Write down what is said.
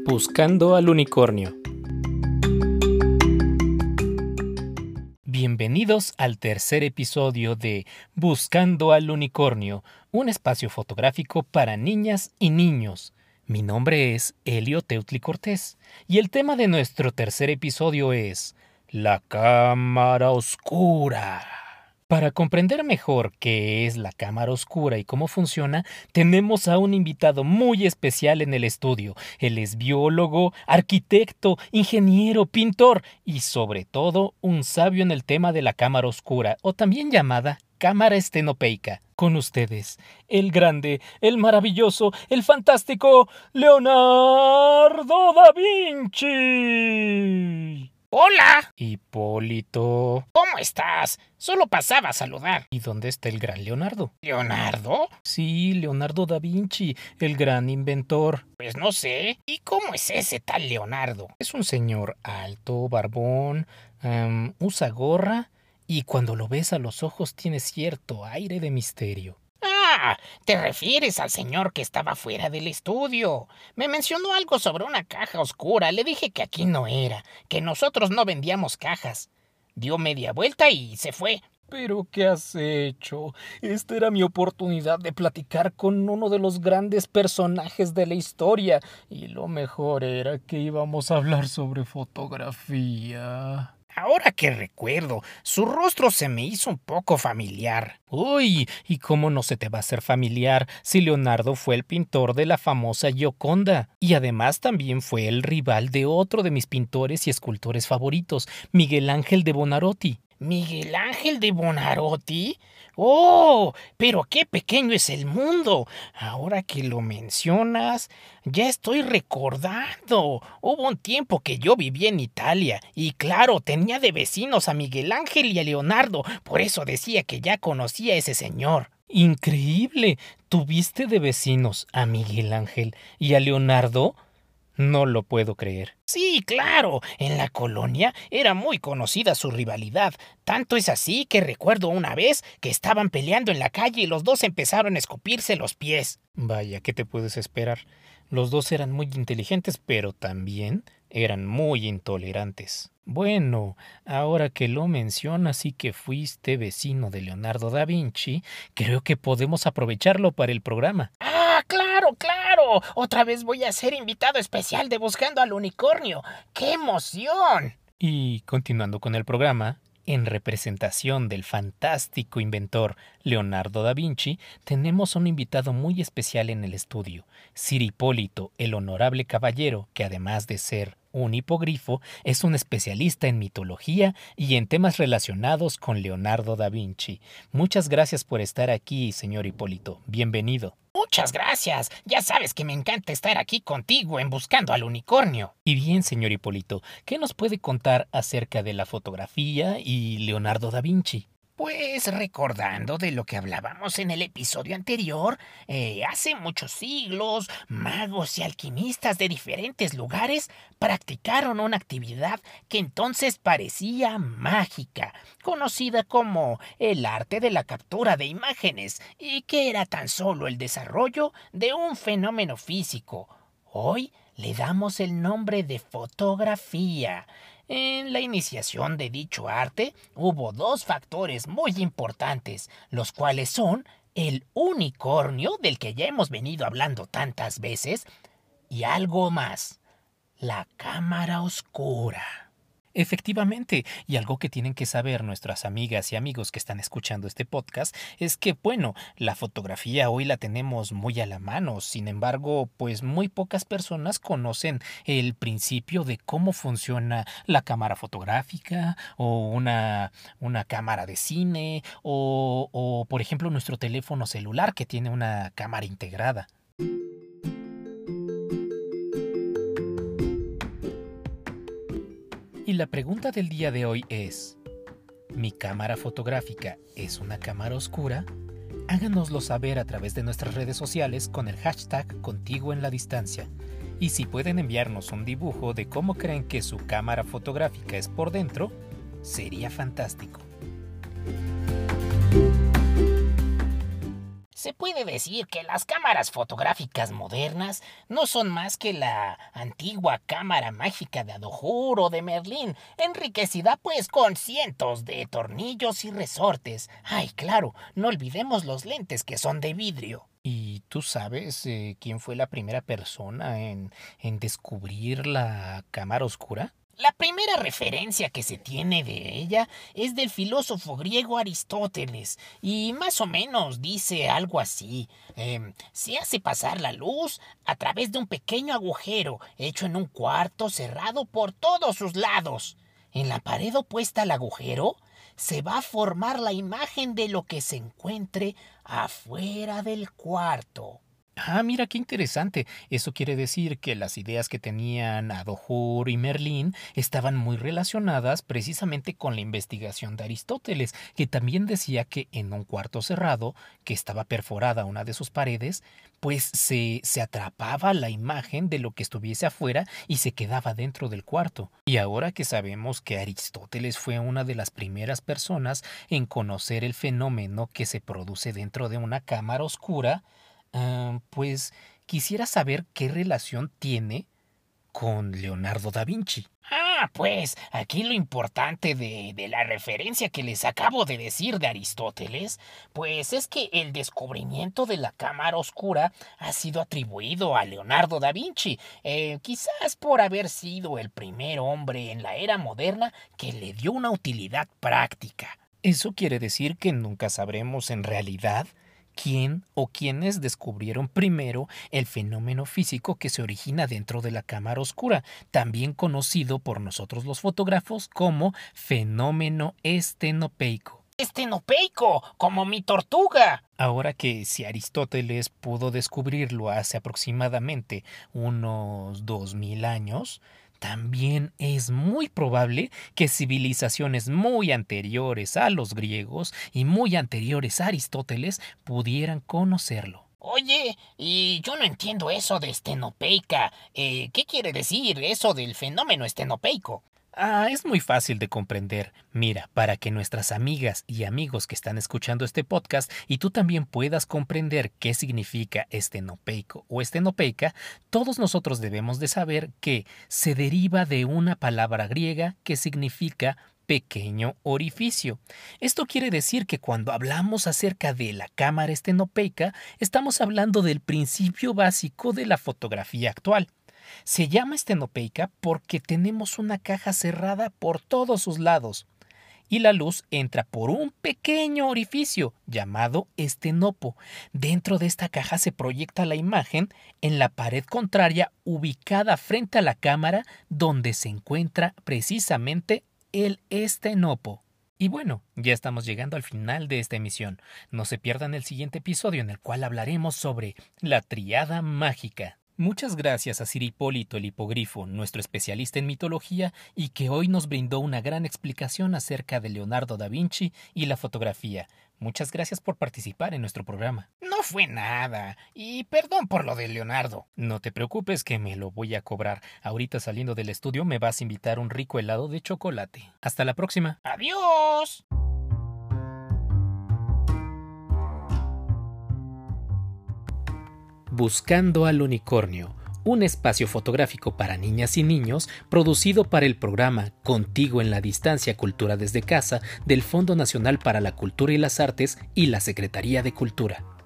Buscando al unicornio. Bienvenidos al tercer episodio de Buscando al unicornio, un espacio fotográfico para niñas y niños. Mi nombre es Elio Teutli Cortés y el tema de nuestro tercer episodio es la cámara oscura. Para comprender mejor qué es la cámara oscura y cómo funciona, tenemos a un invitado muy especial en el estudio. Él es biólogo, arquitecto, ingeniero, pintor y sobre todo un sabio en el tema de la cámara oscura, o también llamada cámara estenopeica. Con ustedes, el grande, el maravilloso, el fantástico Leonardo da Vinci. ¡Hola! Hipólito. ¿Cómo estás? Solo pasaba a saludar. ¿Y dónde está el gran Leonardo? ¿Leonardo? Sí, Leonardo da Vinci, el gran inventor. Pues no sé. ¿Y cómo es ese tal Leonardo? Es un señor alto, barbón, usa gorra y cuando lo ves a los ojos tiene cierto aire de misterio. Ah, te refieres al señor que estaba fuera del estudio. Me mencionó algo sobre una caja oscura. Le dije que aquí no era, que nosotros no vendíamos cajas. Dio media vuelta y se fue. ¿Pero qué has hecho? Esta era mi oportunidad de platicar con uno de los grandes personajes de la historia. Y lo mejor era que íbamos a hablar sobre fotografía. Ahora que recuerdo, su rostro se me hizo un poco familiar. Uy, ¿y cómo no se te va a hacer familiar si Leonardo fue el pintor de la famosa Gioconda? Y además también fue el rival de otro de mis pintores y escultores favoritos, Miguel Ángel de Buonarroti. ¿Miguel Ángel de Buonarroti? ¡Oh! Pero qué pequeño es el mundo. Ahora que lo mencionas, ya estoy recordando. Hubo un tiempo que yo vivía en Italia y claro, tenía de vecinos a Miguel Ángel y a Leonardo. Por eso decía que ya conocía a ese señor. ¡Increíble! ¿Tuviste de vecinos a Miguel Ángel y a Leonardo? No lo puedo creer. Sí, claro. En la colonia era muy conocida su rivalidad. Tanto es así que recuerdo una vez que estaban peleando en la calle y los dos empezaron a escupirse los pies. Vaya, ¿qué te puedes esperar? Los dos eran muy inteligentes, pero también eran muy intolerantes. Bueno, ahora que lo mencionas y que fuiste vecino de Leonardo da Vinci, creo que podemos aprovecharlo para el programa. ¡Ah, claro, claro! Otra vez voy a ser invitado especial de Buscando al Unicornio. ¡Qué emoción! Y continuando con el programa, en representación del fantástico inventor Leonardo da Vinci, tenemos a un invitado muy especial en el estudio, Sir Hipólito, el honorable caballero, que además de ser un hipogrifo, es un especialista en mitología y en temas relacionados con Leonardo da Vinci. Muchas gracias por estar aquí, señor Hipólito. Bienvenido. Muchas gracias. Ya sabes que me encanta estar aquí contigo en Buscando al Unicornio. Y bien, señor Hipólito, ¿qué nos puede contar acerca de la fotografía y Leonardo da Vinci? Pues recordando de lo que hablábamos en el episodio anterior, hace muchos siglos, magos y alquimistas de diferentes lugares practicaron una actividad que entonces parecía mágica, conocida como el arte de la captura de imágenes, y que era tan solo el desarrollo de un fenómeno físico. Hoy le damos el nombre de fotografía. En la iniciación de dicho arte hubo dos factores muy importantes, los cuales son el unicornio, del que ya hemos venido hablando tantas veces, y algo más, la cámara oscura. Efectivamente, y algo que tienen que saber nuestras amigas y amigos que están escuchando este podcast es que, bueno, la fotografía hoy la tenemos muy a la mano, sin embargo, pues muy pocas personas conocen el principio de cómo funciona la cámara fotográfica o una cámara de cine o, por ejemplo, nuestro teléfono celular que tiene una cámara integrada. Y la pregunta del día de hoy es, ¿mi cámara fotográfica es una cámara oscura? Háganoslo saber a través de nuestras redes sociales con el hashtag Contigo en la Distancia. Y si pueden enviarnos un dibujo de cómo creen que su cámara fotográfica es por dentro, sería fantástico. Se puede decir que las cámaras fotográficas modernas no son más que la antigua cámara mágica de Adohur o de Merlín, enriquecida pues con cientos de tornillos y resortes. Ay, claro, no olvidemos los lentes que son de vidrio. ¿Y tú sabes quién fue la primera persona en descubrir la cámara oscura? La primera referencia que se tiene de ella es del filósofo griego Aristóteles, y más o menos dice algo así. Se hace pasar la luz a través de un pequeño agujero hecho en un cuarto cerrado por todos sus lados. En la pared opuesta al agujero se va a formar la imagen de lo que se encuentre afuera del cuarto. Ah, mira qué interesante. Eso quiere decir que las ideas que tenían Adohur y Merlín estaban muy relacionadas precisamente con la investigación de Aristóteles, que también decía que en un cuarto cerrado, que estaba perforada una de sus paredes, pues se atrapaba la imagen de lo que estuviese afuera y se quedaba dentro del cuarto. Y ahora que sabemos que Aristóteles fue una de las primeras personas en conocer el fenómeno que se produce dentro de una cámara oscura, pues quisiera saber qué relación tiene con Leonardo da Vinci. Pues aquí lo importante de la referencia que les acabo de decir de Aristóteles, pues es que el descubrimiento de la cámara oscura ha sido atribuido a Leonardo da Vinci, quizás por haber sido el primer hombre en la era moderna que le dio una utilidad práctica. Eso quiere decir que nunca sabremos en realidad quién o quiénes descubrieron primero el fenómeno físico que se origina dentro de la cámara oscura, también conocido por nosotros los fotógrafos como fenómeno estenopeico. ¡Estenopeico! ¡Como mi tortuga! Ahora que si Aristóteles pudo descubrirlo hace aproximadamente unos 2000 años, también es muy probable que civilizaciones muy anteriores a los griegos y muy anteriores a Aristóteles pudieran conocerlo. Oye, y yo no entiendo eso de estenopeica. ¿Qué quiere decir eso del fenómeno estenopeico? Es muy fácil de comprender. Mira, para que nuestras amigas y amigos que están escuchando este podcast y tú también puedas comprender qué significa estenopeico o estenopeica, todos nosotros debemos de saber que se deriva de una palabra griega que significa pequeño orificio. Esto quiere decir que cuando hablamos acerca de la cámara estenopeica, estamos hablando del principio básico de la fotografía actual. Se llama estenopeica porque tenemos una caja cerrada por todos sus lados y la luz entra por un pequeño orificio llamado estenopo. Dentro de esta caja se proyecta la imagen en la pared contraria ubicada frente a la cámara donde se encuentra precisamente el estenopo. Y bueno, ya estamos llegando al final de esta emisión. No se pierdan el siguiente episodio en el cual hablaremos sobre la tríada mágica. Muchas gracias a Sir Hipólito el Hipogrifo, nuestro especialista en mitología, y que hoy nos brindó una gran explicación acerca de Leonardo da Vinci y la fotografía. Muchas gracias por participar en nuestro programa. No fue nada, y perdón por lo de Leonardo. No te preocupes que me lo voy a cobrar. Ahorita saliendo del estudio me vas a invitar un rico helado de chocolate. Hasta la próxima. ¡Adiós! Buscando al unicornio, un espacio fotográfico para niñas y niños producido para el programa Contigo en la Distancia Cultura desde Casa del Fondo Nacional para la Cultura y las Artes y la Secretaría de Cultura.